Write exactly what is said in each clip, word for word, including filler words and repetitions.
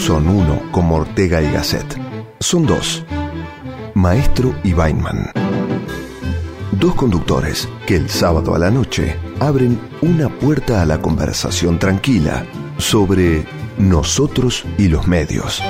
son uno como Ortega y Gasset. Son dos. Maestro y Weinman. Dos conductores que el sábado a la noche abren una puerta a la conversación tranquila sobre nosotros y los medios.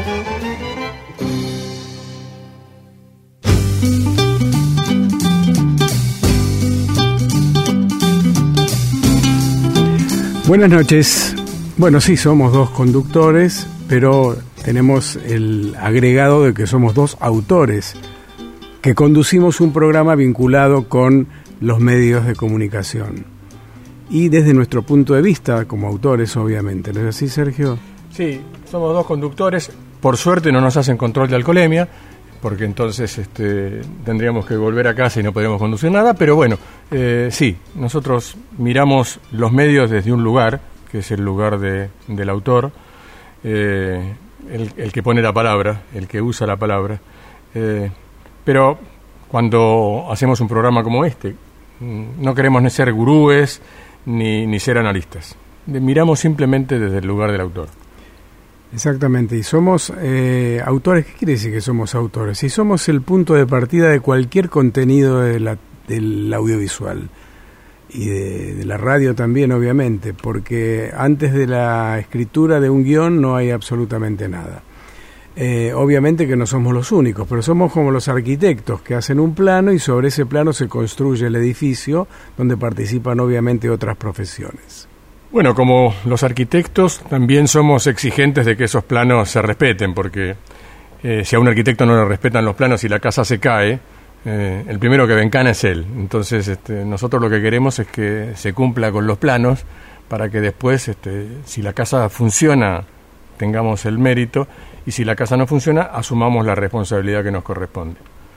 Buenas noches. Bueno, sí, somos dos conductores, pero tenemos el agregado de que somos dos autores que conducimos un programa vinculado con los medios de comunicación. Y desde nuestro punto de vista, como autores, obviamente. ¿No es así, Sergio? Sí, somos dos conductores. Por suerte no nos hacen control de alcoholemia, porque entonces este, tendríamos que volver a casa y no podríamos conducir nada. Pero bueno, eh, sí, nosotros miramos los medios desde un lugar, que es el lugar de, del autor, eh, el, el que pone la palabra, el que usa la palabra. Eh, pero cuando hacemos un programa como este, no queremos ni ser gurúes ni, ni ser analistas. Miramos simplemente desde el lugar del autor. Exactamente, y somos eh, autores. ¿Qué quiere decir que somos autores? Y somos el punto de partida de cualquier contenido de la, del audiovisual y de, de la radio también, obviamente, porque antes de la escritura de un guión no hay absolutamente nada. Eh, obviamente que no somos los únicos, pero somos como los arquitectos que hacen un plano y sobre ese plano se construye el edificio donde participan obviamente otras profesiones. Bueno, como los arquitectos también somos exigentes de que esos planos se respeten, porque eh, si a un arquitecto no le respetan los planos y la casa se cae, eh, el primero que vencana es él. Entonces este, nosotros lo que queremos es que se cumpla con los planos para que después, este, si la casa funciona, tengamos el mérito, y si la casa no funciona, asumamos la responsabilidad que nos corresponde.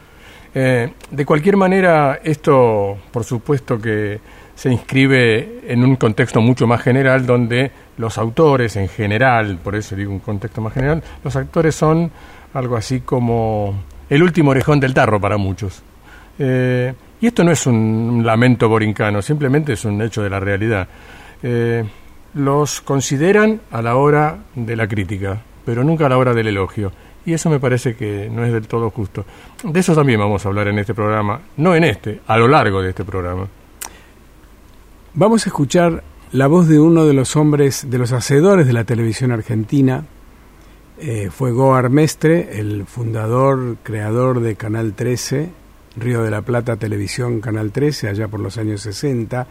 Eh, de cualquier manera, esto por supuesto que se inscribe en un contexto mucho más general, donde los autores en general, por eso digo un contexto más general, los actores son algo así como el último orejón del tarro para muchos. Eh, y esto no es un lamento borincano, simplemente es un hecho de la realidad. Eh, los consideran a la hora de la crítica, pero nunca a la hora del elogio. Y eso me parece que no es del todo justo. De eso también vamos a hablar en este programa, no en este, a lo largo de este programa. Vamos a escuchar la voz de uno de los hombres, de los hacedores de la televisión argentina. Eh, fue Goar Mestre, el fundador, creador de Canal trece, Río de la Plata Televisión Canal trece, allá por los años sesenta.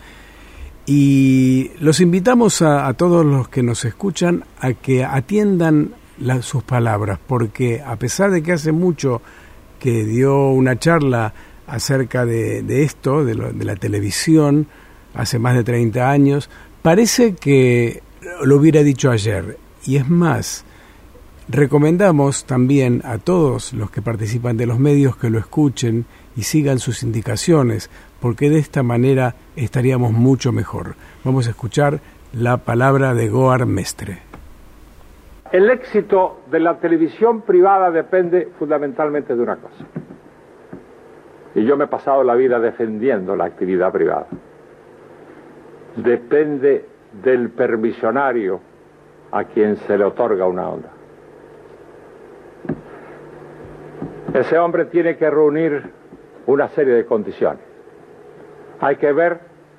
Y los invitamos a, a todos los que nos escuchan a que atiendan la, sus palabras, porque a pesar de que hace mucho que dio una charla acerca de, de esto, de, lo, de la televisión, hace más de treinta años, parece que lo hubiera dicho ayer. Y es más, recomendamos también a todos los que participan de los medios que lo escuchen y sigan sus indicaciones, porque de esta manera estaríamos mucho mejor. Vamos a escuchar la palabra de Goar Mestre. El éxito de la televisión privada depende fundamentalmente de una cosa. Y yo me he pasado la vida defendiendo la actividad privada. Depende del permisionario a quien se le otorga una onda. Ese hombre tiene que reunir una serie de condiciones. Hay que ver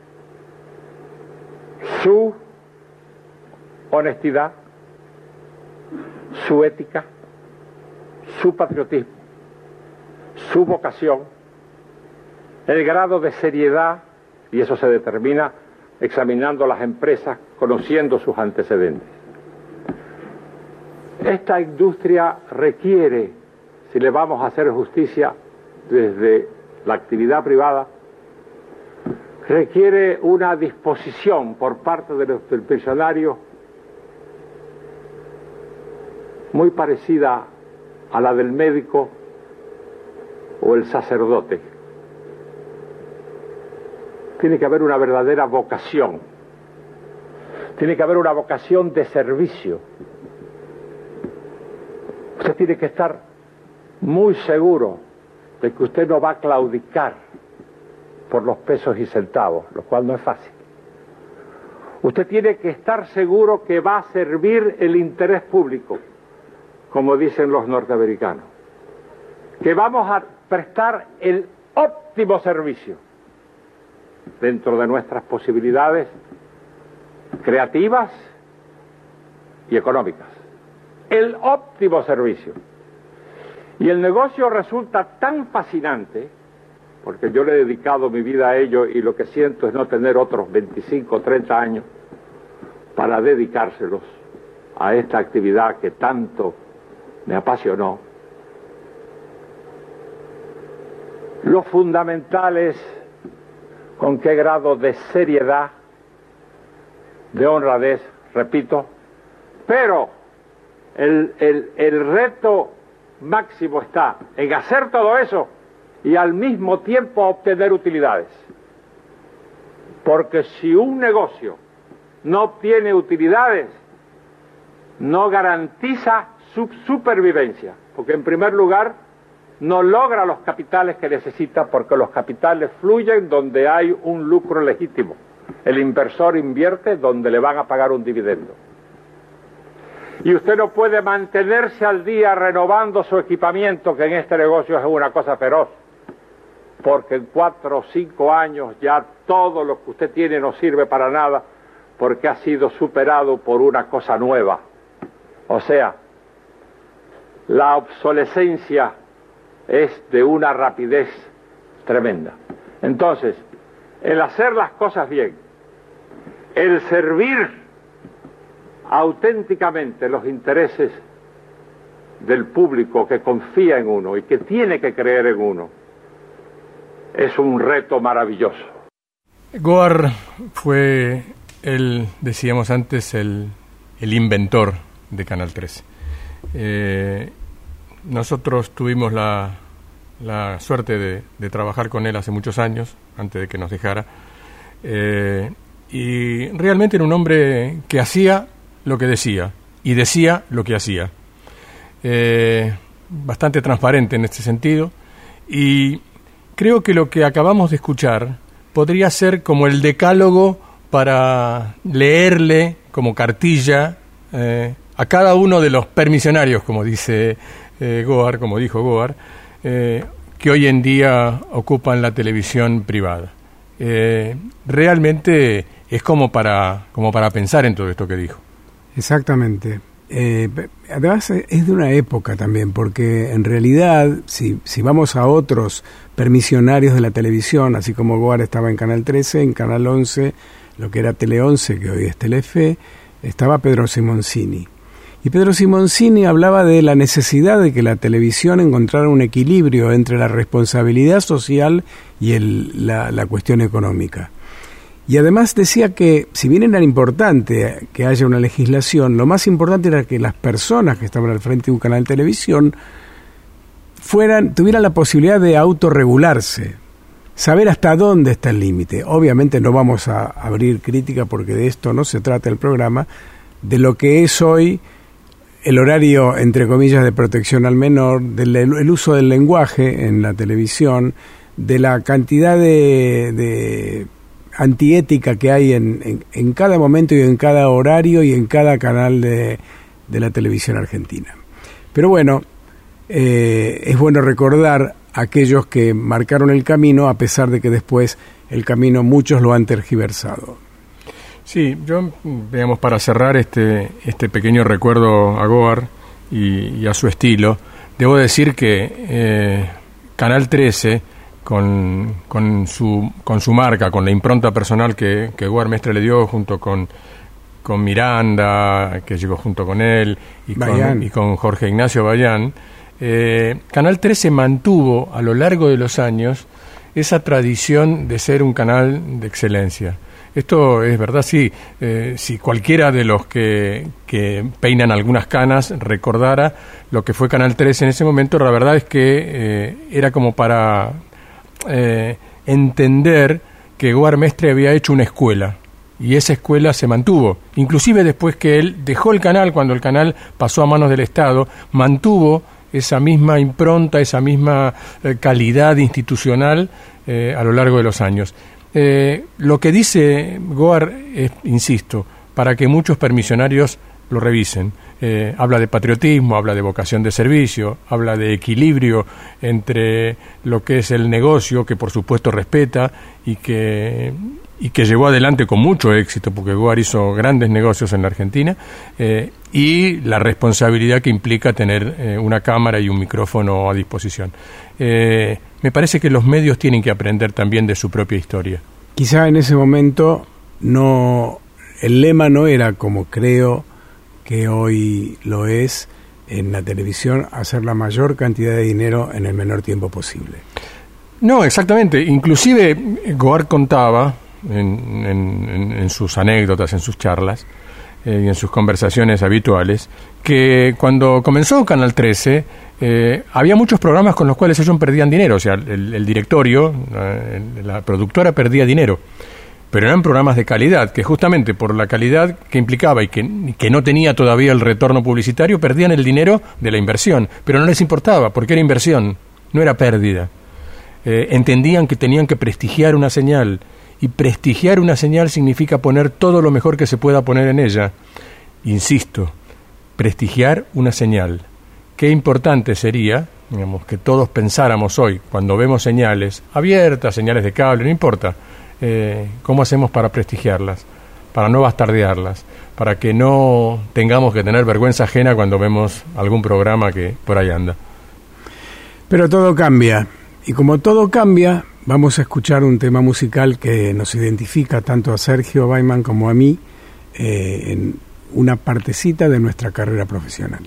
su honestidad, su ética, su patriotismo, su vocación, el grado de seriedad, y eso se determina examinando las empresas, conociendo sus antecedentes. Esta industria requiere, si le vamos a hacer justicia desde la actividad privada, requiere una disposición por parte de los, del pensionario muy parecida a la del médico o el sacerdote. Tiene que haber una verdadera vocación, tiene que haber una vocación de servicio. Usted tiene que estar muy seguro de que usted no va a claudicar por los pesos y centavos, lo cual no es fácil. Usted tiene que estar seguro que va a servir el interés público, como dicen los norteamericanos, que vamos a prestar el óptimo servicio dentro de nuestras posibilidades creativas y económicas. El óptimo servicio. Y el negocio resulta tan fascinante, porque yo le he dedicado mi vida a ello y lo que siento es no tener otros veinticinco o treinta años para dedicárselos a esta actividad que tanto me apasionó. Lo fundamental es con qué grado de seriedad, de honradez, repito, pero el, el, el reto máximo está en hacer todo eso y al mismo tiempo obtener utilidades. Porque si un negocio no obtiene utilidades, no garantiza su supervivencia, porque en primer lugar no logra los capitales que necesita, porque los capitales fluyen donde hay un lucro legítimo. El inversor invierte donde le van a pagar un dividendo. Y usted no puede mantenerse al día renovando su equipamiento, que en este negocio es una cosa feroz, porque en cuatro o cinco años ya todo lo que usted tiene no sirve para nada, porque ha sido superado por una cosa nueva. O sea, la obsolescencia es de una rapidez tremenda. Entonces, el hacer las cosas bien, el servir auténticamente los intereses del público que confía en uno y que tiene que creer en uno, es un reto maravilloso. Goar fue, el, decíamos antes, el, el inventor de Canal trece. Eh, nosotros tuvimos la, la suerte de, de trabajar con él hace muchos años, antes de que nos dejara, eh, y realmente era un hombre que hacía lo que decía, y decía lo que hacía. Eh, bastante transparente en este sentido, y creo que lo que acabamos de escuchar podría ser como el decálogo para leerle como cartilla eh, a cada uno de los permisionarios, como dice eh, Goar, como dijo Goar, eh, que hoy en día ocupan la televisión privada. Eh, realmente es como para, como para pensar en todo esto que dijo. Exactamente. Eh, además es de una época también, porque en realidad, si, si vamos a otros permisionarios de la televisión, así como Goar estaba en Canal trece, en Canal once, lo que era Tele once, que hoy es Telefe, estaba Pedro Simoncini. Y Pedro Simoncini hablaba de la necesidad de que la televisión encontrara un equilibrio entre la responsabilidad social y el, la, la cuestión económica. Y además decía que, si bien era importante que haya una legislación, lo más importante era que las personas que estaban al frente de un canal de televisión fueran, tuvieran la posibilidad de autorregularse, saber hasta dónde está el límite. Obviamente no vamos a abrir crítica, porque de esto no se trata el programa, de lo que es hoy el horario, entre comillas, de protección al menor, del el uso del lenguaje en la televisión, de la cantidad de, de antiética que hay en, en, en cada momento y en cada horario y en cada canal de, de la televisión argentina. Pero bueno, eh, es bueno recordar a aquellos que marcaron el camino, a pesar de que después el camino muchos lo han tergiversado. Sí, yo, digamos, para cerrar este, este pequeño recuerdo a Goar y, y a su estilo, debo decir que eh, Canal trece, con, con, su, con su marca, con la impronta personal que, que Goar Mestre le dio, junto con, con Miranda, que llegó junto con él, y, con, y con Jorge Ignacio Bayán, eh, Canal trece mantuvo a lo largo de los años esa tradición de ser un canal de excelencia. Esto es verdad, sí. Eh, si cualquiera de los que, que peinan algunas canas recordara lo que fue Canal trece en ese momento, la verdad es que eh, era como para eh, entender que Goar Mestre había hecho una escuela, y esa escuela se mantuvo. Inclusive después que él dejó el canal, cuando el canal pasó a manos del Estado, mantuvo esa misma impronta, esa misma eh, calidad institucional eh, a lo largo de los años. Eh, lo que dice Goar es, insisto, para que muchos permisionarios lo revisen. Eh, habla de patriotismo, habla de vocación de servicio, habla de equilibrio entre lo que es el negocio, que por supuesto respeta y que, y que llevó adelante con mucho éxito, porque Goar hizo grandes negocios en la Argentina, eh, y la responsabilidad que implica tener eh, una cámara y un micrófono a disposición. Eh, me parece que los medios tienen que aprender también de su propia historia. Quizá en ese momento no, el lema no era, como creo que hoy lo es en la televisión, hacer la mayor cantidad de dinero en el menor tiempo posible. No, exactamente. Inclusive Goar contaba en, en, en sus anécdotas, en sus charlas eh, y en sus conversaciones habituales, que cuando comenzó Canal trece eh, había muchos programas con los cuales ellos perdían dinero. O sea, el, el directorio, eh, la productora perdía dinero. Pero eran programas de calidad, que justamente por la calidad que implicaba y que, que no tenía todavía el retorno publicitario, perdían el dinero de la inversión. Pero no les importaba, porque era inversión, no era pérdida. Eh, entendían que tenían que prestigiar una señal, y prestigiar una señal significa poner todo lo mejor que se pueda poner en ella. Insisto, prestigiar una señal. Qué importante sería, digamos, que todos pensáramos hoy, cuando vemos señales abiertas, señales de cable, no importa, Eh, ¿cómo hacemos para prestigiarlas, para no bastardearlas, para que no tengamos que tener vergüenza ajena cuando vemos algún programa que por ahí anda? Pero todo cambia, y como todo cambia, vamos a escuchar un tema musical que nos identifica tanto a Sergio Weinman como a mí eh, en una partecita de nuestra carrera profesional.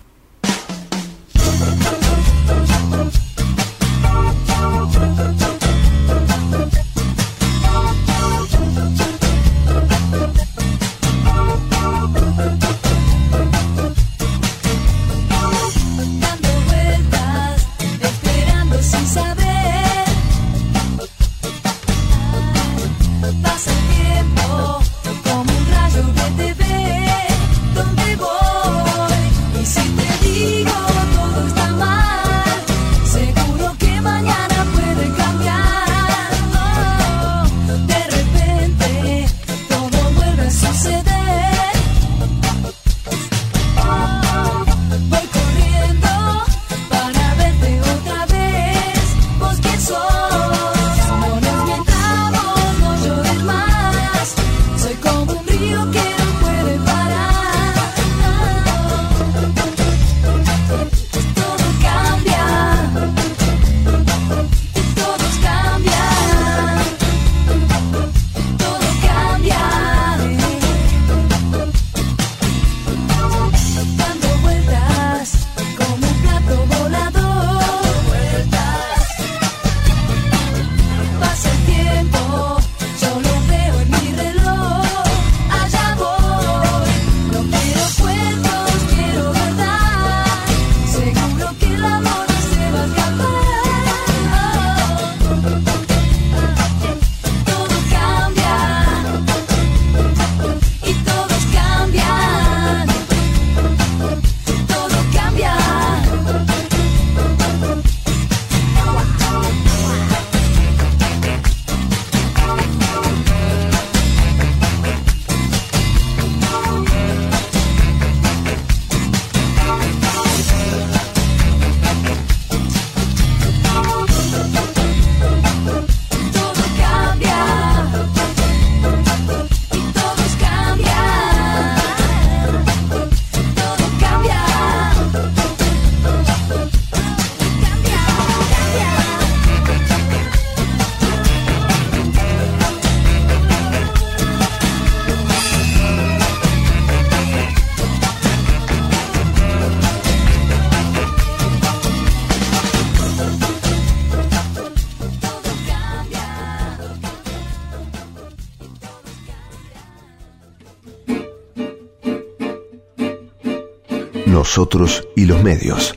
Nosotros y los medios.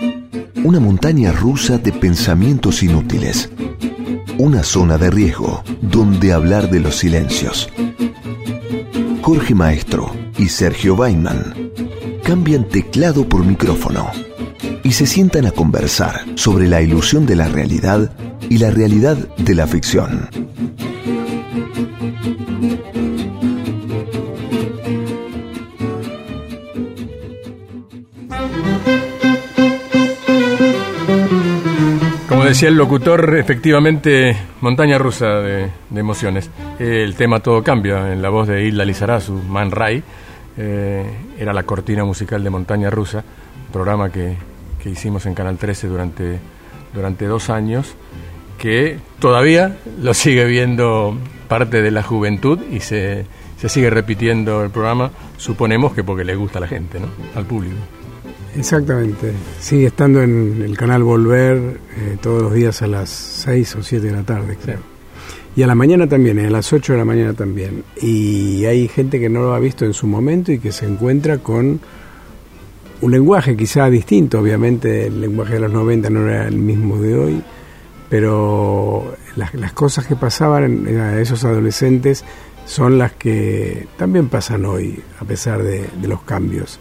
Una montaña rusa de pensamientos inútiles. Una zona de riesgo donde hablar de los silencios. Jorge Maestro y Sergio Weinman cambian teclado por micrófono y se sientan a conversar sobre la ilusión de la realidad y la realidad de la ficción. decía el locutor, efectivamente, montaña rusa de, de emociones. Eh, el tema Todo Cambia, en la voz de Hilda Lizarazu, Man Ray, eh, era la cortina musical de Montaña Rusa, programa que, que hicimos en Canal trece durante, durante dos años, que todavía lo sigue viendo parte de la juventud y se, se sigue repitiendo el programa, suponemos que porque le gusta a la gente, ¿no? Al público. Exactamente, sigue estando en el canal Volver eh, todos los días a las seis o siete de la tarde, creo. Sí. Y a la mañana también, a las ocho de la mañana también. Y hay gente que no lo ha visto en su momento y que se encuentra con un lenguaje quizá distinto. Obviamente el lenguaje de los noventa no era el mismo de hoy, pero las, las cosas que pasaban a esos adolescentes son las que también pasan hoy, a pesar de, de los cambios.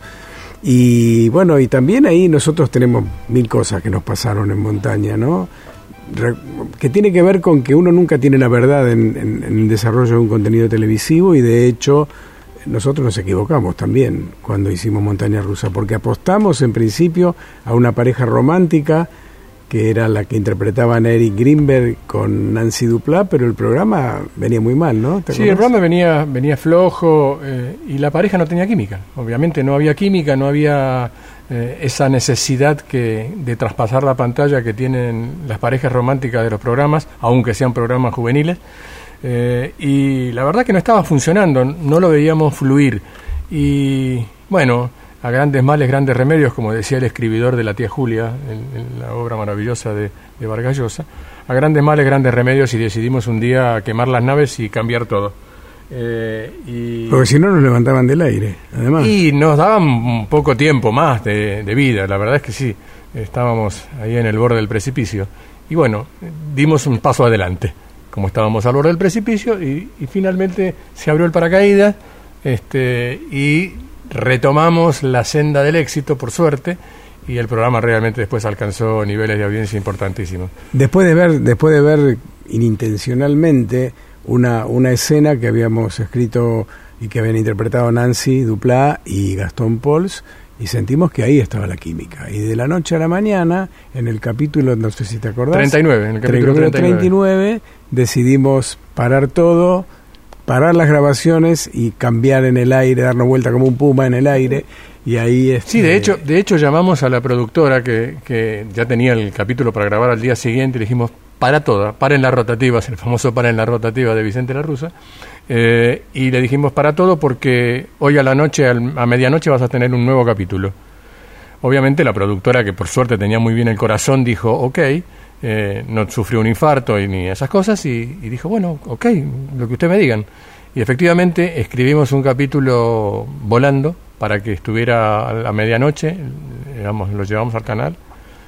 Y bueno, y también ahí nosotros tenemos mil cosas que nos pasaron en montaña, ¿no? Re, que tiene que ver con que uno nunca tiene la verdad en, en, en el desarrollo de un contenido televisivo, y de hecho nosotros nos equivocamos también cuando hicimos Montaña Rusa, porque apostamos en principio a una pareja romántica que era la que interpretaban a Eric Greenberg con Nancy Duplá, pero el programa venía muy mal, ¿no? Sí, el programa venía, venía flojo eh, y la pareja no tenía química. Obviamente no había química, no había eh, esa necesidad que de traspasar la pantalla que tienen las parejas románticas de los programas, aunque sean programas juveniles. Eh, y la verdad que no estaba funcionando, no lo veíamos fluir. Y bueno, a grandes males, grandes remedios, como decía el escribidor de La tía Julia, en, en la obra maravillosa de, de Vargas Llosa, a grandes males, grandes remedios, y decidimos un día quemar las naves y cambiar todo. Eh, y Porque si no nos levantaban del aire, además. Y nos daban un poco tiempo más de, de vida, la verdad es que sí, estábamos ahí en el borde del precipicio. Y bueno, dimos un paso adelante, como estábamos al borde del precipicio, y, y finalmente se abrió el paracaídas, este, y retomamos la senda del éxito, por suerte, y el programa realmente después alcanzó niveles de audiencia importantísimos. Después de ver, después de ver inintencionalmente una, una escena que habíamos escrito y que habían interpretado Nancy Duplá y Gastón Pols, y sentimos que ahí estaba la química. Y de la noche a la mañana, en el capítulo, no sé si te acordás, treinta y nueve, en el capítulo treinta y nueve, treinta y nueve decidimos parar todo, parar las grabaciones y cambiar en el aire, darnos vuelta como un puma en el aire, y ahí este... Sí, de hecho, de hecho llamamos a la productora que, que ya tenía el capítulo para grabar al día siguiente, y le dijimos, para toda, paren las rotativas, el famoso paren la rotativa de Vicente La Russa, eh, y le dijimos para todo porque hoy a la noche, a medianoche vas a tener un nuevo capítulo. Obviamente la productora, que por suerte tenía muy bien el corazón, dijo, ok, Eh, no sufrió un infarto y ni esas cosas, y, y dijo, bueno, ok, lo que ustedes me digan. Y efectivamente escribimos un capítulo volando para que estuviera a la medianoche, digamos, lo llevamos al canal,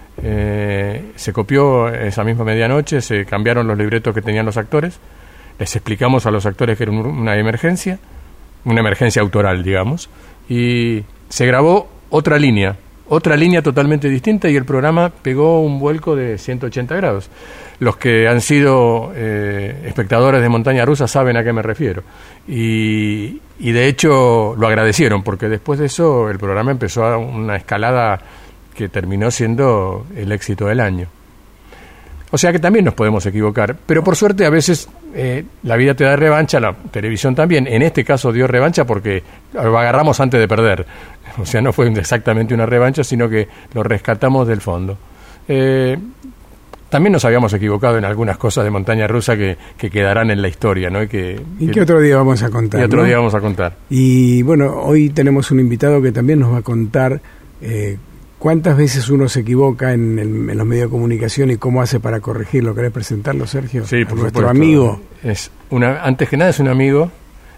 eh, se copió esa misma medianoche, se cambiaron los libretos que tenían los actores, les explicamos a los actores que era un, una emergencia, una emergencia autoral, digamos, y se grabó otra línea, otra línea totalmente distinta, y el programa pegó un vuelco de ciento ochenta grados. Los que han sido eh, espectadores de Montaña Rusa saben a qué me refiero. Y, y de hecho lo agradecieron, porque después de eso el programa empezó a una escalada que terminó siendo el éxito del año. O sea que también nos podemos equivocar, pero por suerte a veces eh, la vida te da revancha, la televisión también. En este caso dio revancha porque lo agarramos antes de perder. O sea, no fue exactamente una revancha, sino que lo rescatamos del fondo. Eh, también nos habíamos equivocado en algunas cosas de Montaña Rusa que, que quedarán en la historia, ¿no? Y que, ¿Y qué otro día vamos a contar? Y otro ¿no? día vamos a contar. Y bueno, hoy tenemos un invitado que también nos va a contar eh, cuántas veces uno se equivoca en, el, en los medios de comunicación y cómo hace para corregirlo. ¿Querés presentarlo, Sergio? Sí, por nuestro supuesto. Amigo. Es una, antes que nada es un amigo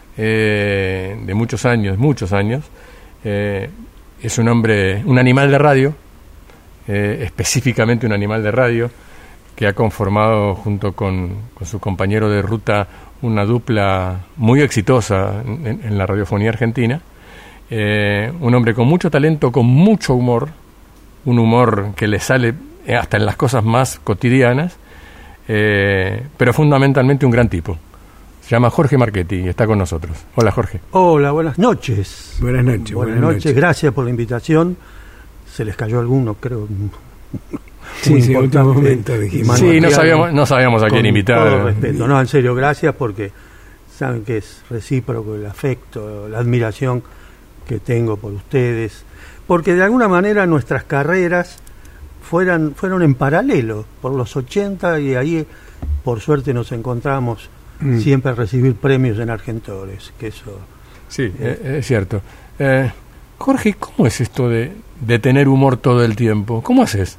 eh, de muchos años, muchos años. Eh, es un hombre, un animal de radio, eh, específicamente un animal de radio, que ha conformado junto con, con su compañero de ruta una dupla muy exitosa en, en la radiofonía argentina. Eh, un hombre con mucho talento, con mucho humor, un humor que le sale hasta en las cosas más cotidianas, eh, pero fundamentalmente un gran tipo. Se llama Jorge Marchetti y está con nosotros. Hola, Jorge. Hola, buenas noches. Buenas noches. Buenas, buenas noches. noches, gracias por la invitación. Se les cayó alguno, creo. Sí, sí, en último momento dijimos. Sí, no sabíamos, no sabíamos a quién invitar. Con todo respeto. No, en serio, gracias porque saben que es recíproco el afecto, la admiración que tengo por ustedes, porque de alguna manera nuestras carreras fueran, fueron en paralelo por los ochenta y ahí por suerte nos encontramos mm. siempre a recibir premios en Argentores, que eso... Sí, eh, es cierto. Eh, Jorge, ¿cómo es esto de, de tener humor todo el tiempo? ¿Cómo haces?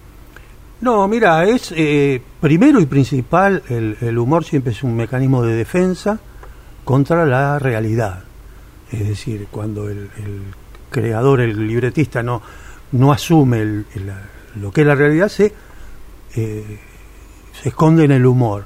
No, mira, es eh, primero y principal, el, el humor siempre es un mecanismo de defensa contra la realidad. Es decir, cuando el, el creador, el libretista no, no asume el, el, lo que es la realidad, se, eh, se esconde en el humor.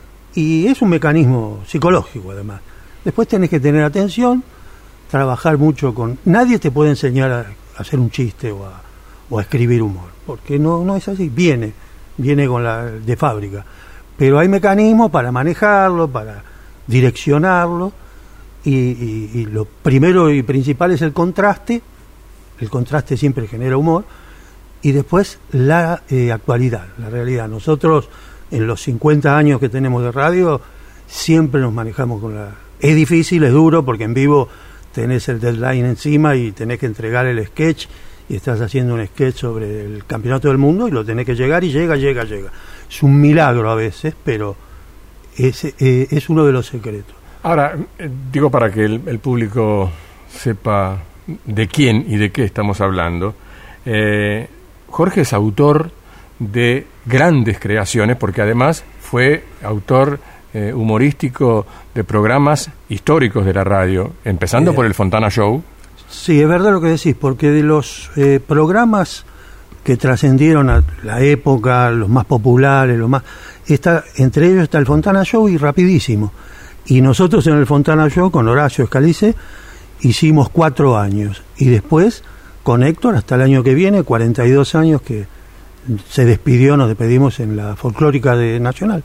Y es un mecanismo psicológico, además. Después tenés que tener atención, trabajar mucho con... Nadie te puede enseñar a, a hacer un chiste o a, o a escribir humor, porque no, no es así. Viene, viene con la de fábrica. Pero hay mecanismos para manejarlo, para direccionarlo, y, y, y lo primero y principal es el contraste. El contraste siempre genera humor, y después la eh, actualidad, la realidad. Nosotros, en los cincuenta años que tenemos de radio, siempre nos manejamos con la... Es difícil, es duro, porque en vivo tenés el deadline encima y tenés que entregar el sketch, y estás haciendo un sketch sobre el campeonato del mundo y lo tenés que llegar, y llega, llega, llega. Es un milagro a veces, pero es, eh, es uno de los secretos. Ahora, eh, digo para que el, el público sepa de quién y de qué estamos hablando, eh, Jorge es autor de grandes creaciones, porque además fue autor eh, humorístico de programas históricos de la radio, empezando eh, por el Fontana Show. Sí, es verdad lo que decís, porque de los eh, programas que trascendieron a la época, los más populares, los más está, entre ellos está el Fontana Show y Rapidísimo. Y nosotros en el Fontana Show, con Horacio Escalice, hicimos cuatro años. Y después, con Héctor, hasta el año que viene, cuarenta y dos años que se despidió, nos despedimos en la Folclórica de Nacional.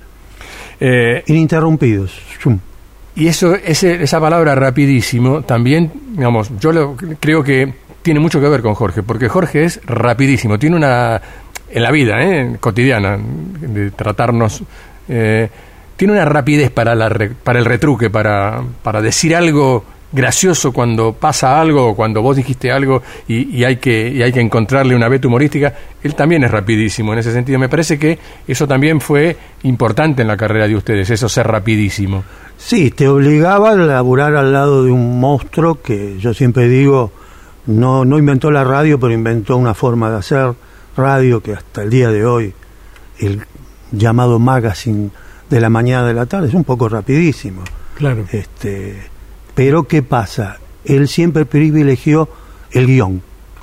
Eh, Ininterrumpidos. Chum. Y eso, ese, esa palabra rapidísimo, también, digamos, yo lo, creo que tiene mucho que ver con Jorge, porque Jorge es rapidísimo, tiene una, en la vida, ¿eh? cotidiana, de tratarnos, eh, tiene una rapidez para, la, para el retruque, para, para decir algo gracioso cuando pasa algo, o cuando vos dijiste algo y, y, hay que, y hay que encontrarle una beta humorística. Él también es rapidísimo en ese sentido. Me parece que eso también fue importante en la carrera de ustedes, eso ser rapidísimo. Sí, te obligaba a laburar al lado de un monstruo que yo siempre digo, no, no inventó la radio, pero inventó una forma de hacer radio que hasta el día de hoy, el llamado magazine de la mañana de la tarde, es un poco rapidísimo. Claro. Este, pero ¿qué pasa? Él siempre privilegió el guión.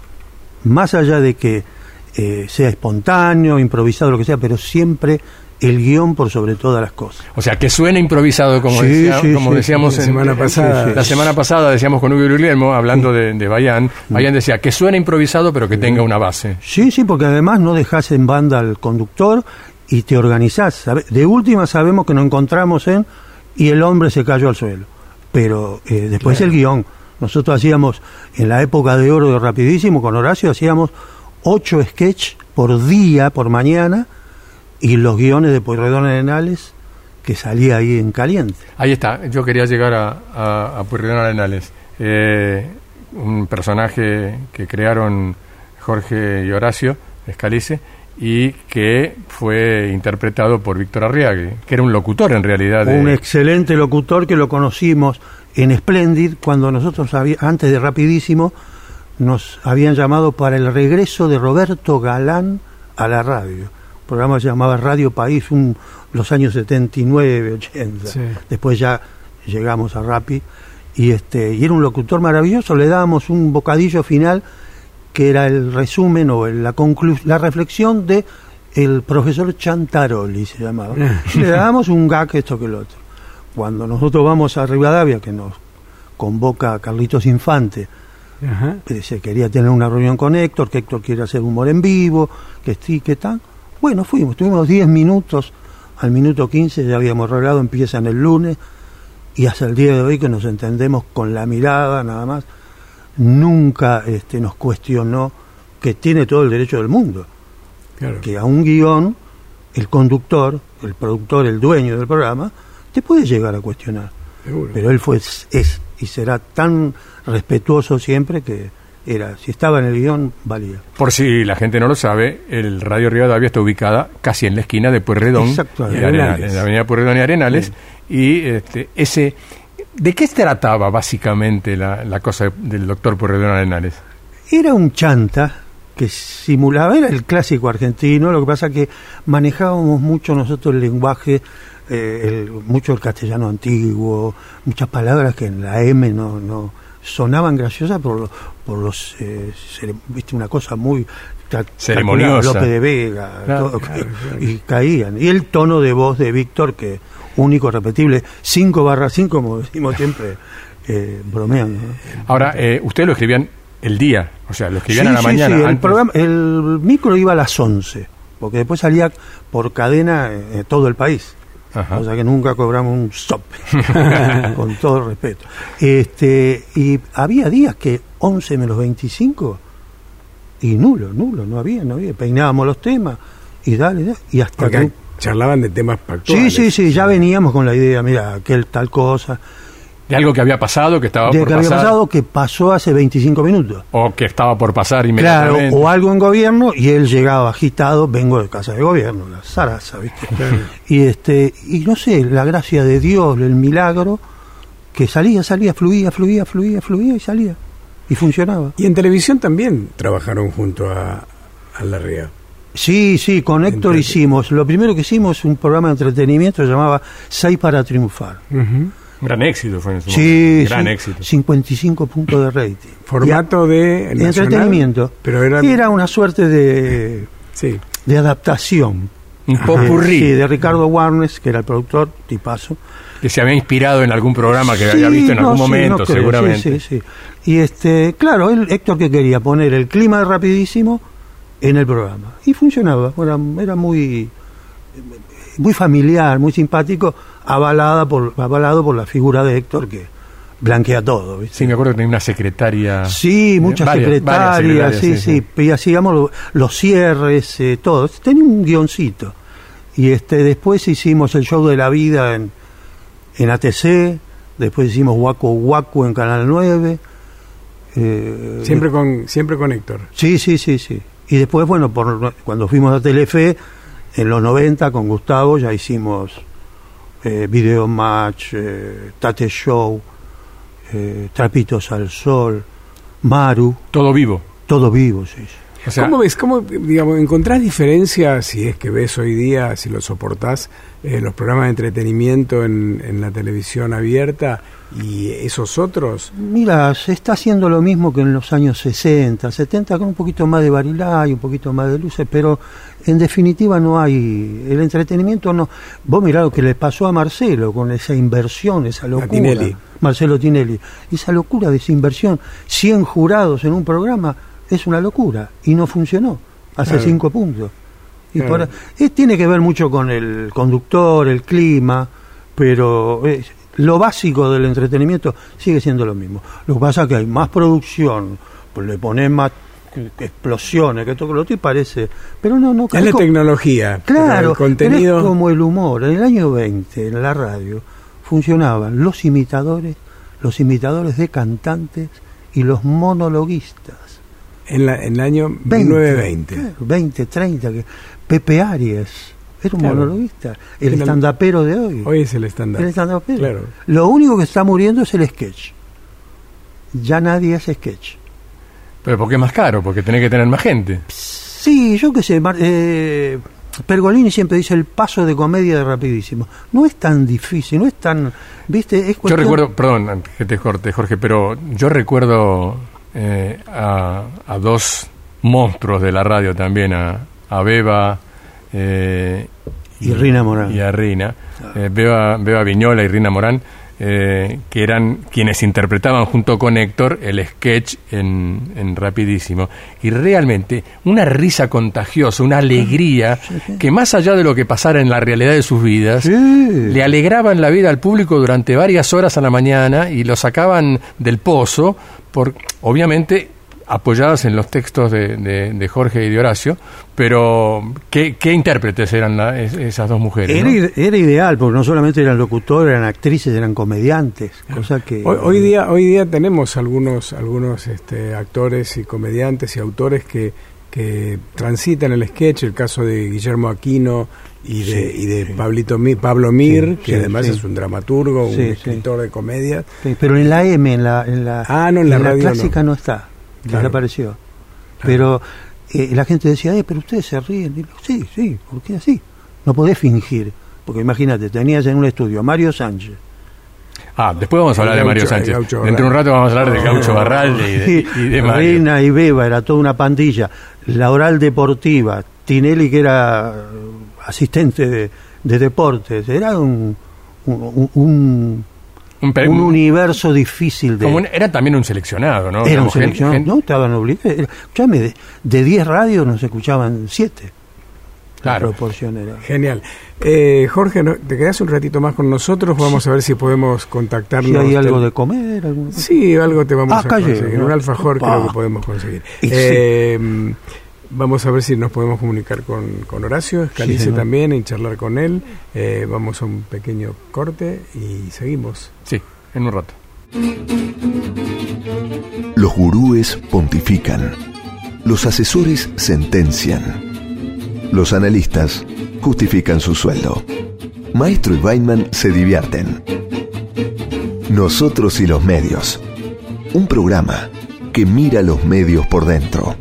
Más allá de que eh, sea espontáneo, improvisado, lo que sea, pero siempre el guión por sobre todas las cosas. O sea, que suena improvisado, como, sí, decía, sí, como sí, decíamos sí, en, la semana pasada. Sí, sí. La semana pasada decíamos con Hugo y Guillermo, hablando sí. de, de Bayán, Bayán decía que suena improvisado, pero que sí. tenga una base. Sí, sí, porque además no dejás en banda al conductor y te organizás. ¿Sabe? De última sabemos que nos encontramos en y el hombre se cayó al suelo. Pero eh, después claro. el guión. Nosotros hacíamos, en la época de oro de Rapidísimo, con Horacio, hacíamos ocho sketches por día, por mañana, y los guiones de Pueyrredón Arenales, que salía ahí en caliente. Ahí está, yo quería llegar a, a, a Pueyrredón Arenales. Eh, un personaje que crearon Jorge y Horacio Escalice, y que fue interpretado por Víctor Arriague, que era un locutor en realidad. De... Un excelente locutor que lo conocimos en Splendid, cuando nosotros, había, antes de Rapidísimo, nos habían llamado para el regreso de Roberto Galán a la radio. El programa se llamaba Radio País, un, los años setenta y nueve, ochenta. Sí. Después ya llegamos a Rapi, y, este, y era un locutor maravilloso, le dábamos un bocadillo final que era el resumen o el, la conclu- la reflexión de el profesor Chantaroli, se llamaba. Y le dábamos un gag, esto que el otro. Cuando nosotros vamos a Rivadavia, que nos convoca a Carlitos Infante, uh-huh. que se quería tener una reunión con Héctor, que Héctor quiere hacer humor en vivo, que sí, que tal. Bueno, fuimos, tuvimos diez minutos, al minuto quince ya habíamos arreglado, empiezan el lunes, y hasta el día de hoy que nos entendemos con la mirada nada más. Nunca este, nos cuestionó, que tiene todo el derecho del mundo, Claro. Que a un guión, el conductor, el productor, el dueño del programa, te puede llegar a cuestionar. Seguro. Pero él fue, es y será tan respetuoso siempre que era, si estaba en el guión, valía. Por si la gente no lo sabe, el Radio Rivadavia está ubicada casi en la esquina de Pueyrredón, Exacto, y Arenales. Arenales, en la avenida Pueyrredón y Arenales, sí. Y este, ese, ¿de qué se trataba básicamente la, la cosa del doctor Pueyrredón Arenales? Era un chanta que simulaba, era el clásico argentino, lo que pasa que manejábamos mucho nosotros el lenguaje, eh, el, mucho el castellano antiguo, muchas palabras que en la M no, no sonaban graciosas por, lo, por los, eh, cere, viste, una cosa muy ceremoniosa, López de Vega, claro, todo, claro, claro. Y caían. Y el tono de voz de Víctor, que único, repetible, cinco barra cinco, como decimos siempre, eh, bromeando, ¿no? Ahora, eh, ustedes lo escribían el día, o sea, lo escribían Sí, a la sí, mañana. sí, el, antes. programa, el micro iba a las once, porque después salía por cadena eh, todo el país. Ajá. O sea que nunca cobramos un stop, con todo el respeto. Este, y había días que once menos veinticinco, y nulo, nulo, no había, no había. Peinábamos los temas, y dale, dale y hasta Porque que... charlaban de temas Sí, actuales. sí, sí, ya veníamos con la idea, mira, aquel tal cosa, De algo que había pasado, que estaba de por que había pasar, pasado, que pasó hace veinticinco minutos. o que estaba por pasar Claro, inmediatamente. o algo en gobierno, y él llegaba agitado, vengo de casa de gobierno, la zaraza, ¿viste? Claro. Y este, y no sé, la gracia de Dios, el milagro, que salía, salía, fluía, fluía, fluía, fluía y salía. Y funcionaba. Y en televisión también trabajaron junto a, a Larrea. Sí, sí, con Héctor Entrete- hicimos, lo primero que hicimos, un programa de entretenimiento que se llamaba Seis para Triunfar. Ujú. Un gran éxito fue en su Sí, momento. Gran sí, éxito. cincuenta y cinco puntos de rating. Formato de Y a- nacional, entretenimiento. Pero era, Era una suerte de, sí. de adaptación. Un De- popurrí sí, de Ricardo Warnes, que era el productor, tipazo. que se había inspirado en algún programa que Sí, había visto en no, algún sí, momento, no creo, seguramente. Sí, sí, sí. Y este, claro, él, Héctor, que quería poner el clima de Rapidísimo en el programa. Y funcionaba, era, era muy, muy familiar, muy simpático, avalada por, avalado por la figura de Héctor, que blanquea todo, ¿viste? Sí, me acuerdo que tenía una secretaria. Sí, muchas Varias- secretarias, varias secretarias, sí, sí, y hacíamos lo- los cierres, eh, todo. Tenía un guioncito. Y este después hicimos el show de la vida en, en A T C, después hicimos Guaco Guaco en Canal nueve. eh, Siempre con, siempre con Héctor. Sí, sí, sí, sí. Y después, bueno, por, cuando fuimos a Telefe, en los noventa, con Gustavo, ya hicimos eh, Video Match, eh, Tate Show, eh, Trapitos al Sol, Maru, Todo vivo. todo vivo, sí. sí. O sea, ¿Cómo ves? ¿Cómo, digamos, encontrás diferencias, si es que ves hoy día, si lo soportás, eh, los programas de entretenimiento en, en la televisión abierta y esos otros? Mira, se está haciendo lo mismo que en los años sesenta, setenta, con un poquito más de Barilay, un poquito más de luces, pero en definitiva no hay, el entretenimiento no. Vos mirá lo que le pasó a Marcelo con esa inversión, esa locura. Tinelli. Marcelo Tinelli, esa locura de esa inversión, cien jurados en un programa, es una locura, y no funcionó, hace Claro. cinco puntos. Y Claro. por, eh, tiene que ver mucho con el conductor, el clima, pero eh, lo básico del entretenimiento sigue siendo lo mismo. Lo que pasa es que hay más producción, pues le pones más que- que explosiones, que todo lo otro y parece... Pero no, no... Es la co- tecnología. pero Claro, el contenido. pero es como el humor. En el año veinte, en la radio, funcionaban los imitadores, los imitadores de cantantes y los monologuistas. En, la, en el año veinte, mil novecientos veinte. claro, veinte, treinta. Que, Pepe Arias era un Claro. monologuista. El Era- estandapero de hoy. Hoy es el estándar. el estandapero. Claro. Lo único que está muriendo es el sketch. Ya nadie hace sketch. pero porque es más caro, porque tenés que tener más gente. Sí, yo qué sé. Mar- eh, Pergolini siempre dice el paso de comedia de Rapidísimo. No es tan difícil, no es tan... ¿Viste? Es Yo cuestión- recuerdo, perdón que te corte, Jorge, pero yo recuerdo eh, a, a dos monstruos de la radio también, a, a Beba eh, Y Rina Morán. y a Rina, eh, Beba, Beba Viñola y Rina Morán, eh, que eran quienes interpretaban junto con Héctor el sketch en, en Rapidísimo. Y realmente una risa contagiosa, una alegría, que más allá de lo que pasara en la realidad de sus vidas, Sí. le alegraban la vida al público durante varias horas a la mañana y lo sacaban del pozo, por, obviamente apoyadas en los textos de, de, de Jorge y de Horacio, pero ¿qué, qué intérpretes eran la, es, esas dos mujeres? Era, ¿no? era ideal, porque no solamente eran locutores, eran actrices, eran comediantes, cosa que... Hoy, hoy día hoy día tenemos algunos algunos este, actores y comediantes y autores que, que transitan el sketch, el caso de Guillermo Aquino y de, sí, y de sí. Pablito Mi, Pablo Mir, Sí, que sí, además sí. es un dramaturgo, Sí, un sí. escritor de comedia. Sí, pero en la M, en la, en la, Ah, no, en la radio clásica no. no, está, Claro. desapareció. Claro. Pero eh, la gente decía, eh, pero ustedes se ríen. Digo, sí, sí, ¿por qué así? No podés fingir, porque imagínate, tenías en un estudio a Mario Sánchez. Ah, después vamos a hablar El de Mario Gaucho- Sánchez. el Gaucho Dentro de un rato vamos a hablar del Gaucho Barralde y de, y de Mario. Reina y Beba, era toda una pandilla. La Oral Deportiva, Tinelli, que era eh, asistente de, de deportes, era un, un, un, Un, pe- un universo difícil de... como un- era también un seleccionado, ¿no? Era un Digamos, gen- seleccionado, gen- no, estaban obligados. Era- Escuchame, de- de diez radios nos escuchaban siete. Claro. La proporción era. Genial. Eh, Jorge, ¿no? ¿te quedás un ratito más con nosotros? Vamos a ver si podemos contactarnos. Si hay algo Tel- de comer, alguna cosa. Sí, algo te vamos Ah, a calle, conseguir. ¿no? Un alfajor Opa. creo que podemos conseguir. Y sí. Eh, Vamos a ver si nos podemos comunicar con, con Horacio Escalice Sí, señor. también y charlar con él. Eh, vamos a un pequeño corte y seguimos. Sí, en un rato. Los gurúes pontifican. Los asesores sentencian. Los analistas justifican su sueldo. Maestro y Weinman se divierten. Nosotros y los medios. Un programa que mira los medios por dentro.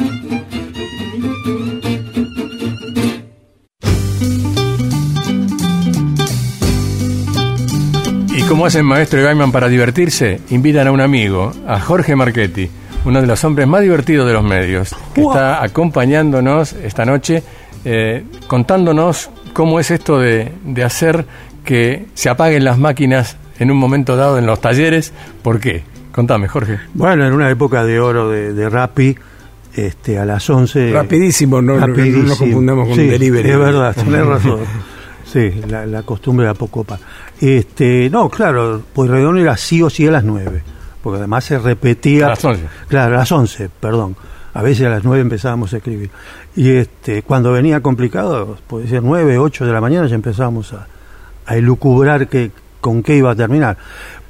¿Y cómo hacen Maestro y Gaiman para divertirse? Invitan a un amigo, a Jorge Marchetti, uno de los hombres más divertidos de los medios, que ¡Wow! está acompañándonos esta noche, eh, contándonos cómo es esto de, de hacer que se apaguen las máquinas en un momento dado en los talleres. ¿Por qué? Contame, Jorge. Bueno, en una época de oro de, de Rappi, este, a las once... Rapidísimo, no, no, no nos confundamos con sí, delivery. Es verdad, tenés razón. Sí, la, la costumbre de a poco pa. Este, no, claro, Pueyrredón era sí o sí a las nueve, porque además se repetía... A las once. Claro, a las once, perdón. A veces a las nueve empezábamos a escribir. Y este, cuando venía complicado, puede ser nueve, ocho de la mañana, ya empezábamos a, a elucubrar que, con qué iba a terminar.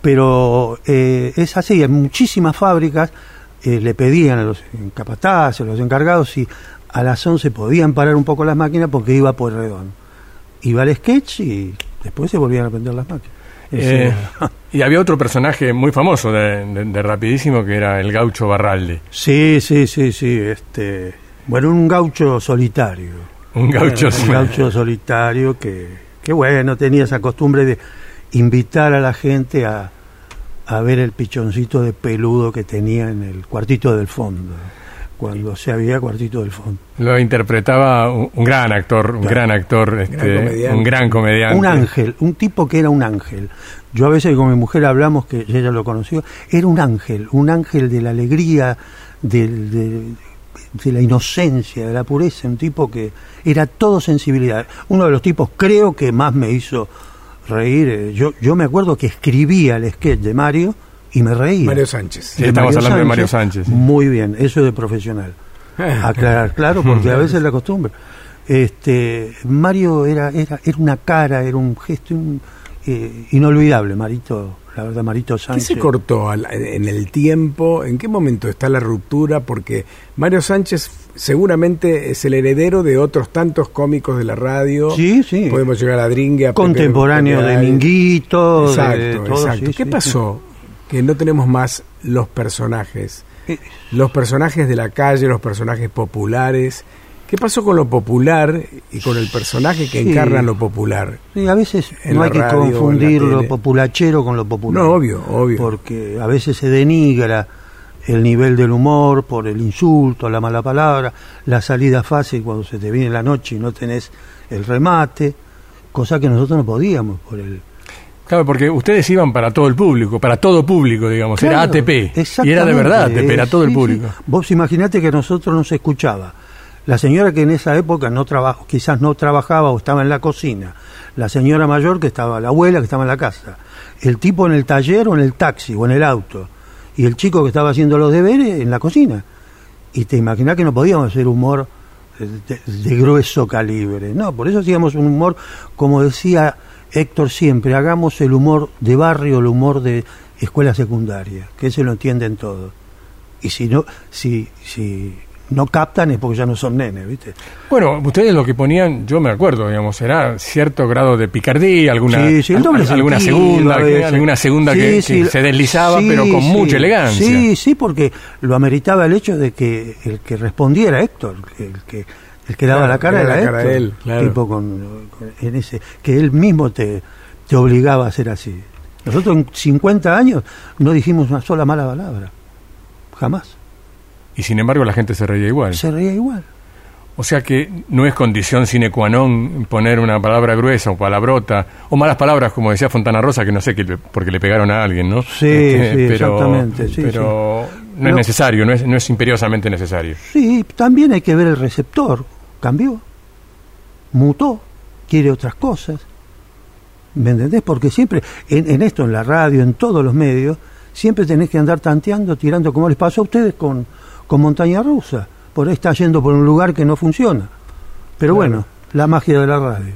Pero eh, es así, en muchísimas fábricas eh, le pedían a los capataces, a los encargados, si a las once podían parar un poco las máquinas porque iba por Pueyrredón. Iba al sketch y después se volvían a prender las máquinas. Eh, Ese- y había otro personaje muy famoso de, de- de Rapidísimo, que era el Gaucho Barralde. sí, sí, sí, sí. Este, bueno, un gaucho solitario. Un gaucho... Un gaucho solitario que, que, bueno, tenía esa costumbre de invitar a la gente a, a ver el pichoncito de peludo que tenía en el cuartito del fondo, cuando se había cuartito del fondo. Lo interpretaba un, un gran actor, un Claro. gran actor, este, comediante. un gran comediante. Un ángel, un tipo que era un ángel. Yo a veces con mi mujer hablamos, que ella lo conoció, era un ángel, un ángel de la alegría, del- de, de la inocencia, de la pureza, un tipo que era todo sensibilidad. Uno de los tipos, creo, que más me hizo reír. eh, Yo, yo me acuerdo que escribía el sketch de Mario y me reía. Mario Sánchez. Sí, estamos hablando de Mario Sánchez, sí. Muy bien, eso es de profesional. Aclarar, claro, porque a veces es la costumbre. Este, Mario era, era, era una cara, era un gesto un, eh, inolvidable, Marito, la verdad, Marito ¿Qué Sánchez. se cortó al- en el tiempo? ¿En qué momento está la ruptura? Porque Mario Sánchez seguramente es el heredero de otros tantos cómicos de la radio. Sí, sí. Podemos llegar a Dringue, a Pepe- Contemporáneo Pepe de Ay. Minguito, de Exacto, todo, exacto. sí, ¿Qué sí, pasó? Que no tenemos más los personajes. sí. Los personajes de la calle, los personajes populares. ¿Qué pasó con lo popular y con el personaje que Sí. encarna lo popular? Sí, a veces En no la hay que radio, en la confundir lo tele. populachero con lo popular. No, obvio, obvio. Porque a veces se denigra el nivel del humor por el insulto, la mala palabra, la salida fácil cuando se te viene la noche y no tenés el remate, cosa que nosotros no podíamos por el... Claro, porque ustedes iban para todo el público, para todo público, digamos. Era Claro, A T P. Y era de exactamente, verdad A T P, era todo sí, el público. sí. Vos imaginate que nosotros no se escuchaba. La señora que en esa época no trabajó, quizás no trabajaba o estaba en la cocina. La señora mayor que estaba, la abuela que estaba en la casa. El tipo en el taller o en el taxi o en el auto. y el chico que estaba haciendo los deberes en la cocina. Y te imaginás que no podíamos hacer humor de, de grueso calibre, no, por eso hacíamos un humor, como decía Héctor siempre, hagamos el humor de barrio, el humor de escuela secundaria, que ese lo entienden todos. Y si no, si, si no captan es porque ya no son nenes, ¿viste? Bueno, ustedes lo que ponían, yo me acuerdo, digamos, era cierto grado de picardía, alguna, sí, sí, el doble al, alguna sentido, segunda, que, alguna segunda sí, que, sí, que se deslizaba, sí, pero con sí, mucha elegancia. Sí, sí, porque lo ameritaba el hecho de que el que respondía era Héctor, el que el que daba claro, la cara era, era la Héctor, cara de él, claro. tipo con, con en ese que él mismo te te obligaba a hacer así. Nosotros en cincuenta años no dijimos una sola mala palabra, jamás. Y sin embargo la gente se reía igual. Se reía igual. O sea que no es condición sine qua non poner una palabra gruesa o palabrota, o malas palabras, como decía Fontana Rosa, que no sé, que le, porque le pegaron a alguien, ¿no? Sí, este, sí, pero, exactamente. Sí, pero sí. no es No. necesario, no es, no es imperiosamente necesario. Sí, también hay que ver el receptor. Cambió, mutó, quiere otras cosas. ¿Me entendés? Porque siempre, en, en esto, en la radio, en todos los medios, siempre tenés que andar tanteando, tirando, como les pasó a ustedes con, con Montaña Rusa. Por ahí está yendo por un lugar que no funciona. Pero claro. Bueno, la magia de la radio.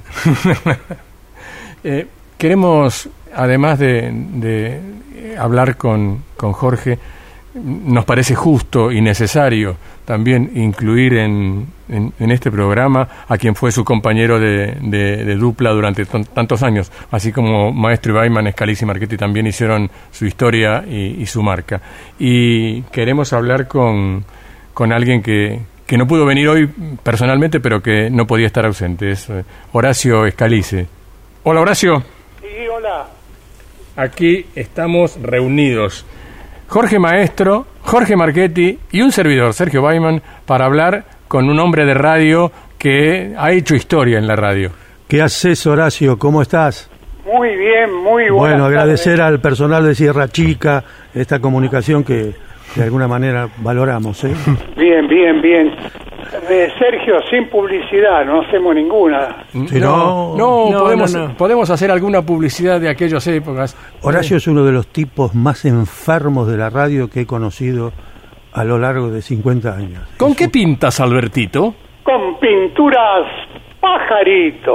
eh, queremos, además de, de hablar con, con Jorge, nos parece justo y necesario también incluir en, en, en este programa a quien fue su compañero de, de, de dupla durante t- tantos años, así como Maestro y Baiman, Scalise y Marchetti también hicieron su historia y, y su marca. Y queremos hablar con, con alguien que, que no pudo venir hoy personalmente, pero que no podía estar ausente, es eh, Horacio Scalise. Hola, Horacio. Sí, hola. Aquí estamos reunidos Jorge Maestro, Jorge Marchetti y un servidor, Sergio Baiman, para hablar con un hombre de radio que ha hecho historia en la radio. ¿Qué haces, Horacio? ¿Cómo estás? Muy bien, muy buenas Bueno, agradecer tardes. al personal de Sierra Chica esta comunicación que de alguna manera valoramos, ¿eh? Bien, bien, bien. Eh, Sergio, sin publicidad, no hacemos ninguna. Si no- no, No, podemos, no, no. podemos hacer alguna publicidad de aquellas épocas. Horacio es uno de los tipos más enfermos de la radio que he conocido a lo largo de cincuenta años. ¿Con qué pintas, Albertito? Con pinturas pajarito,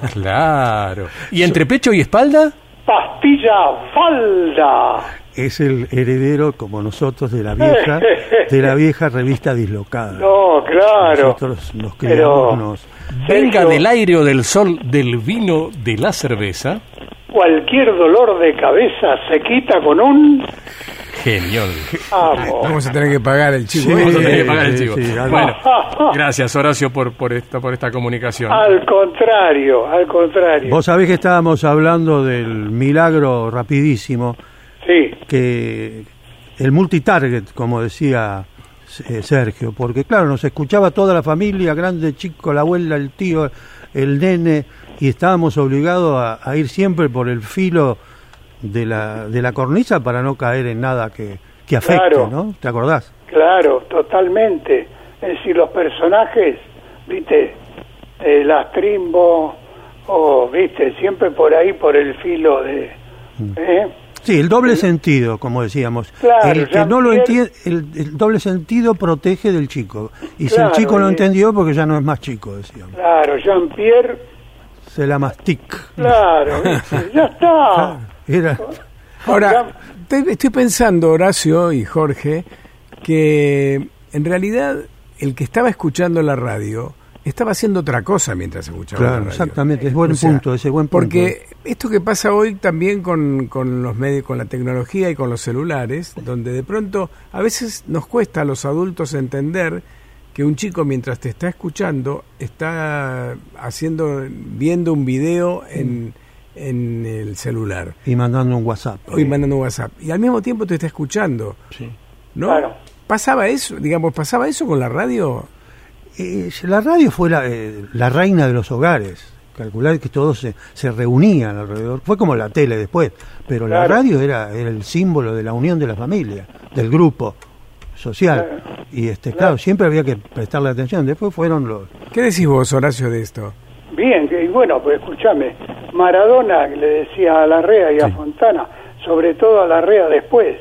Claro. ¿Y entre pecho y espalda? pastilla falda. Es el heredero, como nosotros, de la vieja de la vieja revista Dislocada. No, claro. Nosotros nos Pero- criamos, nos... Venga Sergio, del aire o del sol, del vino, de la cerveza. cualquier dolor de cabeza se quita con un Genial. amo. Vamos a tener que pagar el chico. Sí, Vamos a tener que pagar el sí, chivo. sí, algo. Bueno, gracias, Horacio, por, por, esta, por esta comunicación. Al contrario, al contrario. Vos sabés que estábamos hablando del milagro rapidísimo, Sí, que el multitarget, como decía eh, Sergio, porque claro, nos escuchaba toda la familia, grande, chico, la abuela, el tío, el nene, y estábamos obligados a, a ir siempre por el filo de la, de la cornisa para no caer en nada que, que afecte, Claro. ¿no? ¿Te acordás? claro, totalmente. Es decir, los personajes, viste, eh, las Trimbo, o viste, siempre por ahí, por el filo de... ¿eh? Sí, el doble sentido, como decíamos. Claro, el que no lo Jean-Pierre- entiende, el, el doble sentido protege del chico. Y si Claro, el chico lo y- entendió, porque ya no es más chico, decíamos. Claro, Jean-Pierre, Se la mastica. claro, ¿viste? Ya está. Era... Ahora, te- estoy pensando, Horacio y Jorge, que en realidad el que estaba escuchando la radio estaba haciendo otra cosa mientras escuchaba Claro, la radio. exactamente, es buen O sea, punto, ese buen punto. Porque esto que pasa hoy también con, con los medios, con la tecnología y con los celulares, donde de pronto a veces nos cuesta a los adultos entender que un chico mientras te está escuchando está haciendo, viendo un video en, en el celular. Y mandando un WhatsApp. Hoy mandando un WhatsApp. Y al mismo tiempo te está escuchando. Sí. ¿No? Claro. ¿Pasaba eso? Digamos, ¿pasaba eso con la radio? Eh, la radio fue la, eh, la reina de los hogares. Calcular que todos se, se reunían alrededor. Fue como la tele después. Pero la Claro. radio era, era el símbolo de la unión de la familia, del grupo social. Claro. Y este, claro, siempre había que prestarle atención. Después fueron los... ¿Qué decís vos, Horacio, de esto? Bien, que- y bueno, pues escúchame, Maradona que le decía a Larrea y a Fontana, sobre todo a Larrea después,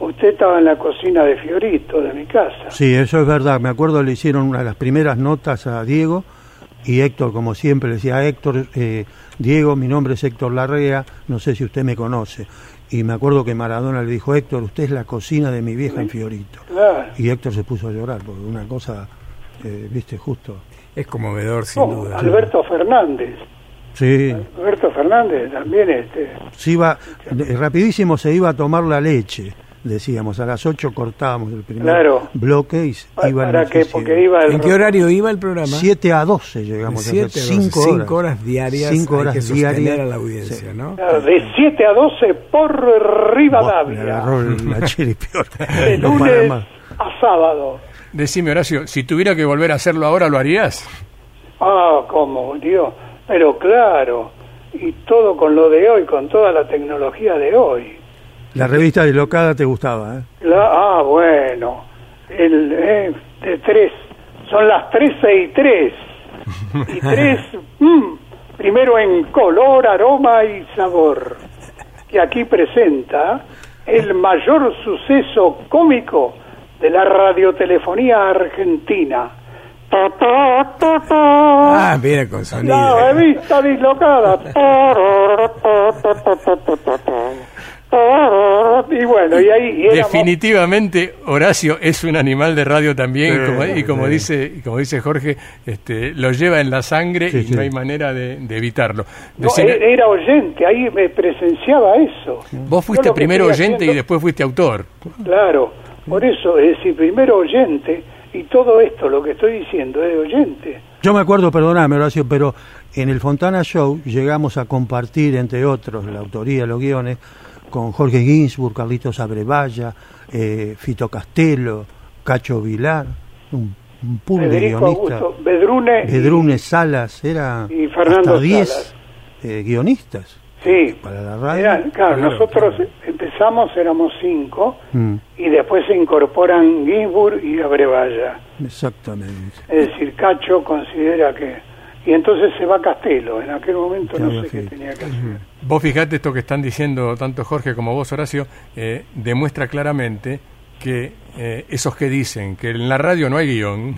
usted estaba en la cocina de Fiorito, de mi casa. Sí, eso es verdad. Me acuerdo le hicieron una de las primeras notas a Diego y Héctor, como siempre, le decía, Héctor, eh, Diego, mi nombre es Héctor Larrea, no sé si usted me conoce. Y me acuerdo que Maradona le dijo, Héctor, usted es la cocina de mi vieja en Fiorito. Claro. Y Héctor se puso a llorar, porque una cosa, eh, viste, justo. Es conmovedor, sin No, duda. Alberto Fernández. Sí, Alberto Fernández también, este, se iba, eh, rapidísimo se iba a tomar la leche, decíamos, a las ocho cortábamos el primer Claro. bloque y pa- iba para el que, noticiero. porque iba el ¿En qué horario iba el programa? siete a doce llegamos siete a hacer, a cinco doce, horas. cinco horas diarias, Cinco horas hay que sostener diarias. a la audiencia, Sí. ¿no? claro, de siete a doce por Buah, me Rivadavia, agarró la chiripior. de No para lunes más. a sábado. Decime, Horacio, si tuviera que volver a hacerlo ahora, ¿lo harías? Ah, cómo, Dios, pero claro, y todo con lo de hoy, con toda la tecnología de hoy. La revista Deslocada te gustaba, ¿eh? La- ah, bueno, el eh, de tres, son las trece y tres, y tres, mm, primero en color, aroma y sabor, que aquí presenta el mayor suceso cómico de la radiotelefonía argentina. Ta, ta, ta, ta. Ah, viene con sonido. La revista dislocada. Y bueno, y ahí y éramos- Definitivamente, Horacio es un animal de radio también, Sí, y como, y como sí. dice y como dice Jorge, este, lo lleva en la sangre Sí, y sí. no hay manera de, de evitarlo. no, Decime, e- era oyente, ahí me presenciaba eso. vos fuiste Yo lo que primero estoy oyente haciendo- y después fuiste autor. Claro, por eso, es decir, primero oyente, y todo esto, lo que estoy diciendo, es de oyente. Yo me acuerdo, perdóname Horacio, pero en el Fontana Show llegamos a compartir, entre otros, la autoría de los guiones con Jorge Ginsburg, Carlitos Abrevaya, eh, Fito Castelo, Cacho Vilar, un, un pool de Federico guionistas. Augusto, Bedrune, y- Bedrune Salas, era y Fernando hasta diez Salas. eh, guionistas Sí, para la radio. eran- claro, Claro, nosotros empezamos, éramos cinco, Mm, y después se incorporan Ginsburg y Abrevaya. exactamente. Es decir, Cacho considera que... Y entonces se va Castelo, en aquel momento no Claro, sé sí. qué tenía que hacer. Vos fijate esto que están diciendo tanto Jorge como vos, Horacio, eh, demuestra claramente que eh, esos que dicen que en la radio no hay guión,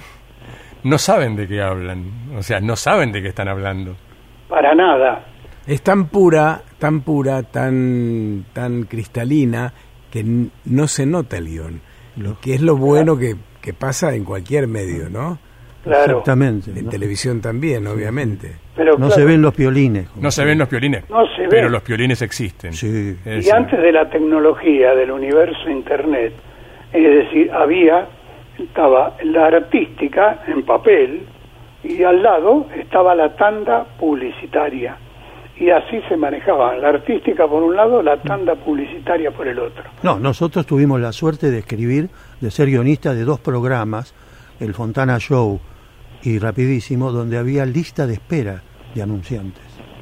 no saben de qué hablan, o sea, no saben de qué están hablando. Para nada. Es tan pura, tan pura, tan, tan cristalina, que n- no se nota el guión. Lo que es lo bueno que, que pasa en cualquier medio, ¿no? Claro. Exactamente. En ¿no? televisión también, obviamente. Pero No claro, se ven los piolines. como No se ven los piolines, No se pero ven. los piolines existen. Sí. Es Y decir, antes de la tecnología del universo Internet, es decir, había, estaba la artística en papel y al lado estaba la tanda publicitaria. Y así se manejaban, la artística por un lado, la tanda publicitaria por el otro. No, nosotros tuvimos la suerte de escribir, de ser guionista de dos programas, el Fontana Show y Rapidísimo, donde había lista de espera de anunciantes.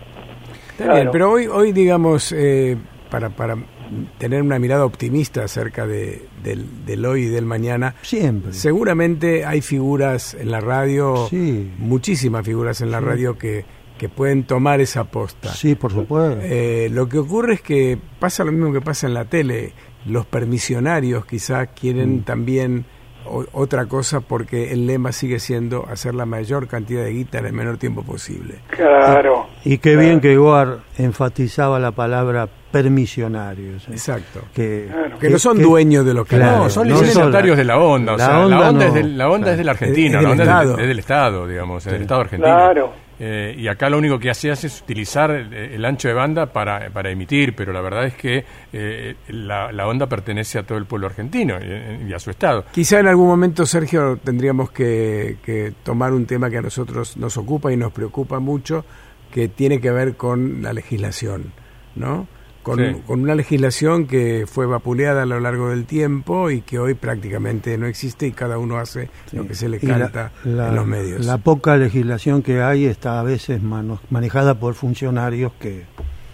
Está Claro. bien, pero hoy, hoy digamos, eh, para, para tener una mirada optimista acerca de, del, del hoy y del mañana, Siempre. seguramente hay figuras en la radio, Sí. muchísimas figuras en la radio que, que pueden tomar esa posta. Sí, por supuesto. Eh, lo que ocurre es que pasa lo mismo que pasa en la tele. Los permisionarios quizás quieren Mm. también o- otra cosa porque el lema sigue siendo hacer la mayor cantidad de guita en el menor tiempo posible. Claro. Y qué bien que Goar enfatizaba la palabra permisionarios. ¿eh? Exacto. Que, Claro. Que no son que- dueños de los que Claro, no, son no licenciatarios son- de la onda. O la sea, la onda onda, no, es, del, la onda claro. es de la Argentina, Es la del onda Estado. es del, es del Estado, digamos, es del Estado argentino. Claro. Eh, y acá lo único que hace es utilizar el, el ancho de banda para, para emitir, pero la verdad es que eh, la, la onda pertenece a todo el pueblo argentino y, y a su Estado. Quizá en algún momento, Sergio, tendríamos que, que tomar un tema que a nosotros nos ocupa y nos preocupa mucho, que tiene que ver con la legislación, ¿no? Con, Sí. con una legislación que fue vapuleada a lo largo del tiempo y que hoy prácticamente no existe y cada uno hace lo que se le y la- canta la, en los medios. la poca legislación que hay está a veces mano- manejada por funcionarios que...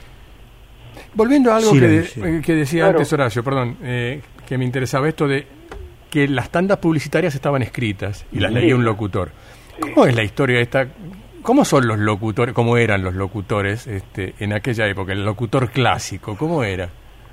Volviendo a algo que, de- Silencio. eh, que decía Claro. antes Horacio, perdón, eh, que me interesaba esto de que las tandas publicitarias estaban escritas y las Sí. leía un locutor. ¿Cómo es la historia esta? ¿Cómo son los locutores? ¿Cómo eran los locutores este, en aquella época? El locutor clásico, ¿cómo era?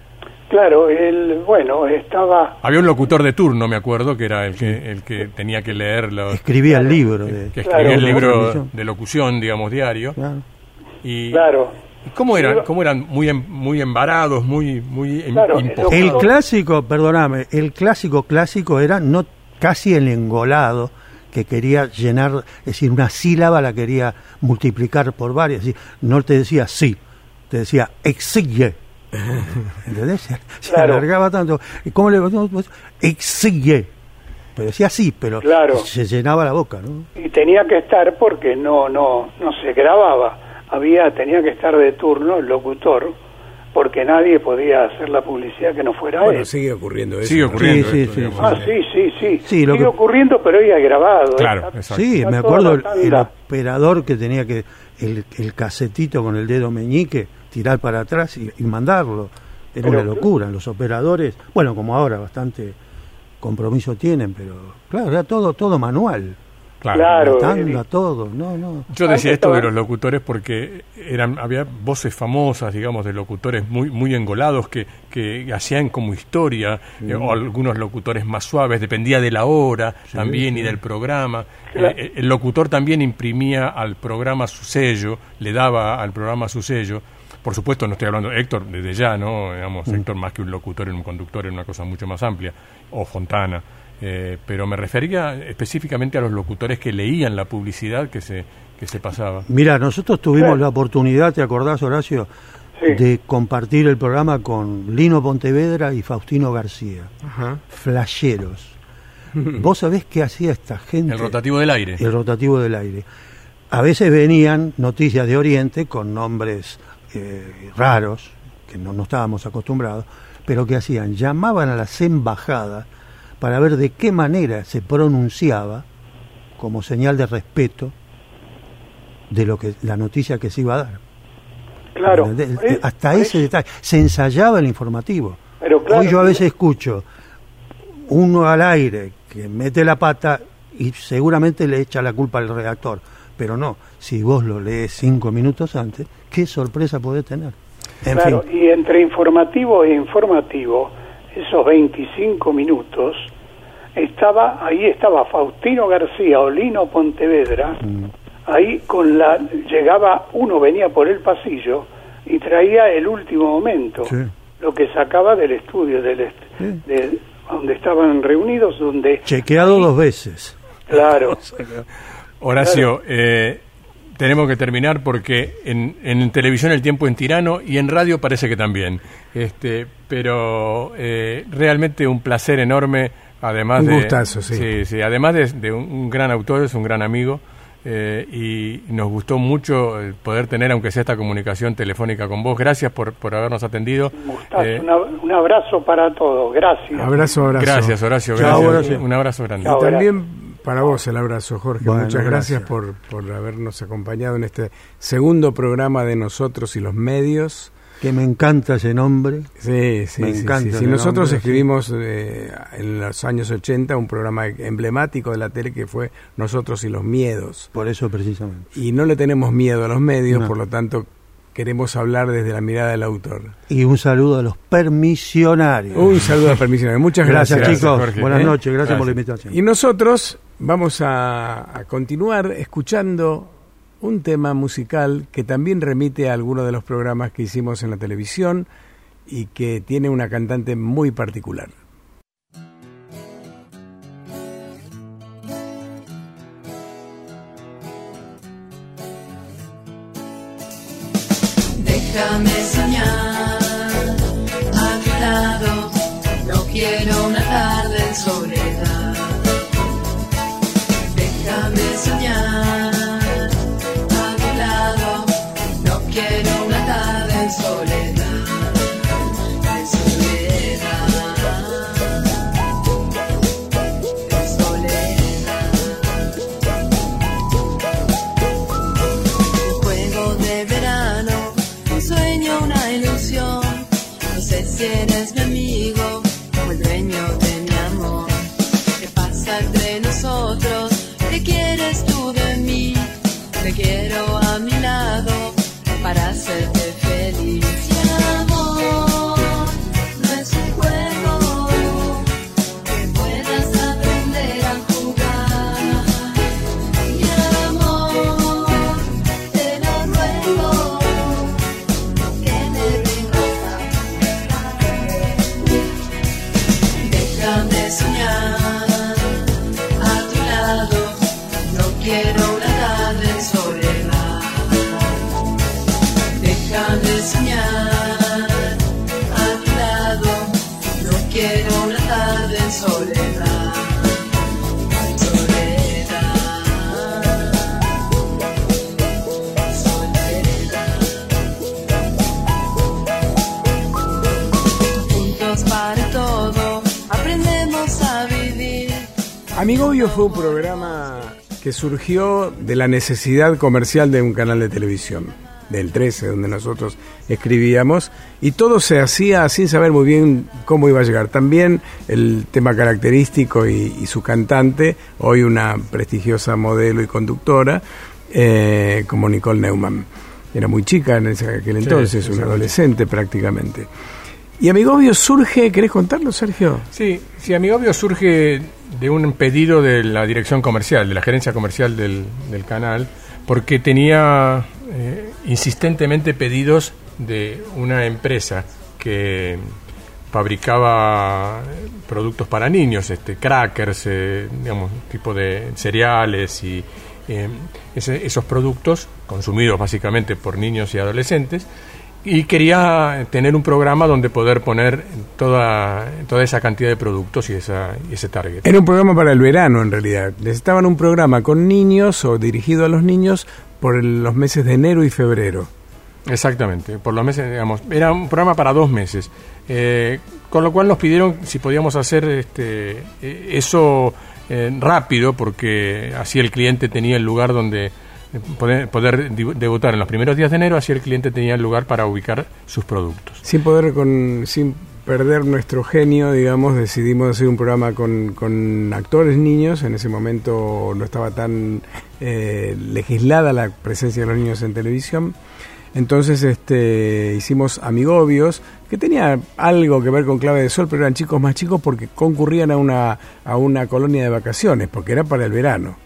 Claro, él, bueno, estaba... Había un locutor de turno, me acuerdo, que era el que el que tenía que leer los... Escribía el libro. De, que claro, escribía el libro de, de locución, digamos, diario. claro. Y, Claro. ¿y ¿Cómo eran? ¿Cómo eran? Muy em- muy embarados, muy muy em- Claro, impostados. El clásico, perdóname, el clásico clásico era no casi el engolado que quería llenar, es decir, una sílaba la quería multiplicar por varias, es decir, no te decía sí, te decía exige. ¿Entendés? Se, se Claro. alargaba tanto. ¿Y cómo le no, pues, exige? Pero decía sí, pero Claro. se llenaba la boca, ¿no? Y tenía que estar porque no no no se grababa. Había tenía que estar de turno el locutor porque nadie podía hacer la publicidad que no fuera Bueno, él. sigue ocurriendo eso. Sigue ¿no? ocurriendo. Sí, esto, sí, digamos. Ah, sí, sí, sí. Sí, lo Sigue que- ocurriendo, pero ya grabado. Claro, Está- exacto. Sí, está me toda acuerdo la el, el tanda. operador que tenía que el, el casetito con el dedo meñique tirar para atrás y, y mandarlo. Era Pero- una locura. Los operadores, bueno, como ahora bastante compromiso tienen, pero claro, era todo todo manual. Claro. Claro. La tanda, Eddie. todo, no, no. Yo decía Antes esto de estaba- los locutores porque eran había voces famosas, digamos, de locutores muy muy engolados que, que hacían como historia, eh, o algunos locutores más suaves, dependía de la hora también y del programa. Claro. Eh, el locutor también imprimía al programa su sello, le daba al programa su sello. Por supuesto, no estoy hablando de Héctor desde ya, ¿no? Digamos, Héctor más que un locutor, en un conductor, en una cosa mucho más amplia, o Fontana. Eh, pero me refería específicamente a los locutores que leían la publicidad que se que se pasaba. Mira, nosotros tuvimos Sí. la oportunidad, ¿te acordás, Horacio? Sí. De compartir el programa con Lino Pontevedra y Faustino García. Ajá. Flasheros. ¿Vos sabés qué hacía esta gente? El rotativo del aire. El rotativo del aire. A veces venían noticias de Oriente con nombres eh, raros, que no, no estábamos acostumbrados, pero ¿qué hacían? Llamaban a las embajadas para ver de qué manera se pronunciaba, como señal de respeto, de lo que la noticia que se iba a dar. Claro. ¿Entendés? Por e- Hasta por ese eso- detalle. Se ensayaba el informativo. Pero claro, Hoy yo a veces escucho uno al aire que mete la pata y seguramente le echa la culpa al redactor. Pero no, si vos lo lees cinco minutos antes, ¿qué sorpresa podés tener? En claro, fin, y entre informativo e informativo, esos veinticinco minutos, estaba ahí estaba Faustino García o Lino Pontevedra, Mm. ahí con la llegaba uno venía por el pasillo y traía el último momento, Sí. lo que sacaba del estudio del est- Sí. de donde estaban reunidos, donde chequeado dos veces. claro, Horacio, eh, tenemos que terminar porque en, en televisión el tiempo es tirano y en radio parece que también. Este, pero eh, realmente un placer enorme, además Un de gustazo, sí. sí, sí, además de, de un, un gran autor, es un gran amigo. Eh, y nos gustó mucho el poder tener, aunque sea esta comunicación telefónica con vos. Gracias por, por habernos atendido. un gustazo, Eh, una- un abrazo para todos, gracias. Abrazo, abrazo. gracias, Horacio. Chao, Gracias. Horacio. Un abrazo grande. Chao. Y también para vos el abrazo, Jorge. Bueno, Muchas gracias, gracias. por, por habernos acompañado en este segundo programa de Nosotros y los Medios. Que me encanta ese nombre. Sí, sí, Me sí, encanta sí, sí. el Nosotros nombre, escribimos eh, en los años ochenta un programa emblemático de la tele que fue Nosotros y los Miedos. Por eso precisamente. Y no le tenemos miedo a los medios, No. por lo tanto queremos hablar desde la mirada del autor. Y un saludo a los permisionarios. Un saludo a permisiones. Muchas gracias, gracias. chicos. Jorge. Buenas ¿Eh? noches. Gracias, por la Gracias. invitación. Y nosotros vamos a, a continuar escuchando un tema musical que también remite a alguno de los programas que hicimos en la televisión y que tiene una cantante muy particular. Déjame soñar a tu lado, no quiero una tarde en soledad. Déjame soñar a tu lado, no quiero una tarde en soledad, en soledad, en soledad. Un juego de verano, un sueño, una ilusión. No sé si eres mi amigo o el dueño de mi amor. ¿Qué pasa entre nosotros? ¿Qué quieres tú de mí? Te quiero a mi lado para hacerte feliz. Si el amor no es Déjame soñar a tu lado, no quiero una tarde en soledad. Déjame soñar a tu lado, no quiero una tarde en soledad. Amigovio fue un programa que surgió de la necesidad comercial de un canal de televisión, del trece, donde nosotros escribíamos, y todo se hacía sin saber muy bien cómo iba a llegar. También el tema característico y, y su cantante, hoy una prestigiosa modelo y conductora, eh, como Nicole Neumann. Era muy chica en ese, aquel entonces, sí, una adolescente prácticamente. Y Amigovio surge, ¿querés contarlo, Sergio? Sí, sí, Amigovio surge de un pedido de la dirección comercial, de la gerencia comercial del, del canal, porque tenía eh, insistentemente pedidos de una empresa que fabricaba productos para niños, este, crackers, eh, digamos, tipo de cereales y eh, ese, esos productos consumidos básicamente por niños y adolescentes. Y quería tener un programa donde poder poner toda, toda esa cantidad de productos y, esa, y ese target. Era un programa para el verano, en realidad. Necesitaban un programa con niños o dirigido a los niños por el, los meses de enero y febrero. Exactamente, por los meses, digamos, era un programa para dos meses. Eh, con lo cual nos pidieron si podíamos hacer este, eso eh, rápido, porque así el cliente tenía el lugar donde Poder, poder debutar en los primeros días de enero, así el cliente tenía el lugar para ubicar sus productos. Sin poder, con, sin perder nuestro genio, digamos, decidimos hacer un programa con, con actores niños. En ese momento no estaba tan eh, legislada la presencia de los niños en televisión. Entonces este, hicimos Amigobios, que tenía algo que ver con Clave de Sol, pero eran chicos más chicos porque concurrían a una, a una colonia de vacaciones, porque era para el verano.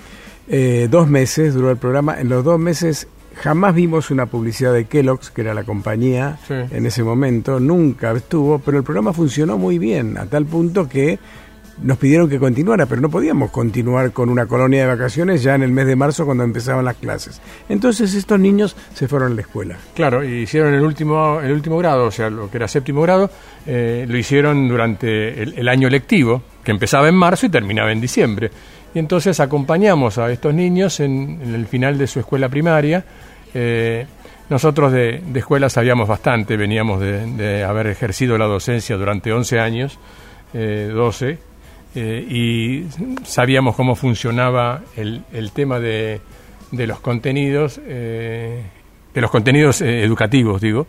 Eh, dos meses duró el programa. En los dos meses jamás vimos una publicidad de Kellogg's, que era la compañía, sí, en ese momento, nunca estuvo, pero el programa funcionó muy bien, a tal punto que nos pidieron que continuara, pero no podíamos continuar con una colonia de vacaciones ya en el mes de marzo, cuando empezaban las clases. Entonces estos niños se fueron a la escuela. Claro, y hicieron el último el último grado, o sea, lo que era séptimo grado, eh, lo hicieron durante el, el año lectivo, que empezaba en marzo y terminaba en diciembre. Y entonces acompañamos a estos niños en, en el final de su escuela primaria. Eh, nosotros de, de escuela sabíamos bastante, veníamos de, de haber ejercido la docencia durante once años, eh, doce, eh, y sabíamos cómo funcionaba el, el tema de, de los contenidos, eh, de los contenidos eh, educativos, digo,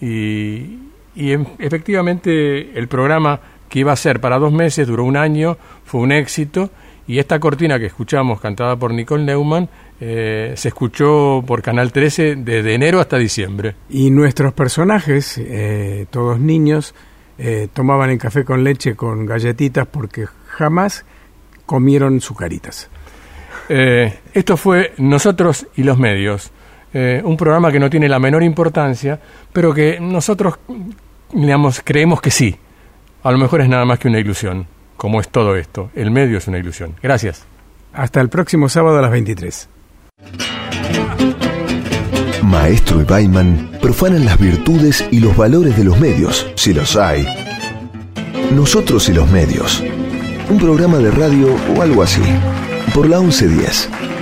y, y en, efectivamente el programa, que iba a ser para dos meses, duró un año, fue un éxito. Y esta cortina que escuchamos, cantada por Nicole Neumann, eh, se escuchó por Canal trece desde enero hasta diciembre. Y nuestros personajes, eh, todos niños, eh, tomaban el café con leche con galletitas porque jamás comieron sucaritas. Eh, esto fue Nosotros y los Medios, eh, un programa que no tiene la menor importancia, pero que nosotros, digamos, creemos que sí. A lo mejor es nada más que una ilusión. Como es todo esto, el medio es una ilusión. Gracias. Hasta el próximo sábado a las veintitrés. Maestro y Baiman profanan las virtudes y los valores de los medios, si los hay. Nosotros y los Medios, un programa de radio o algo así, por la once diez.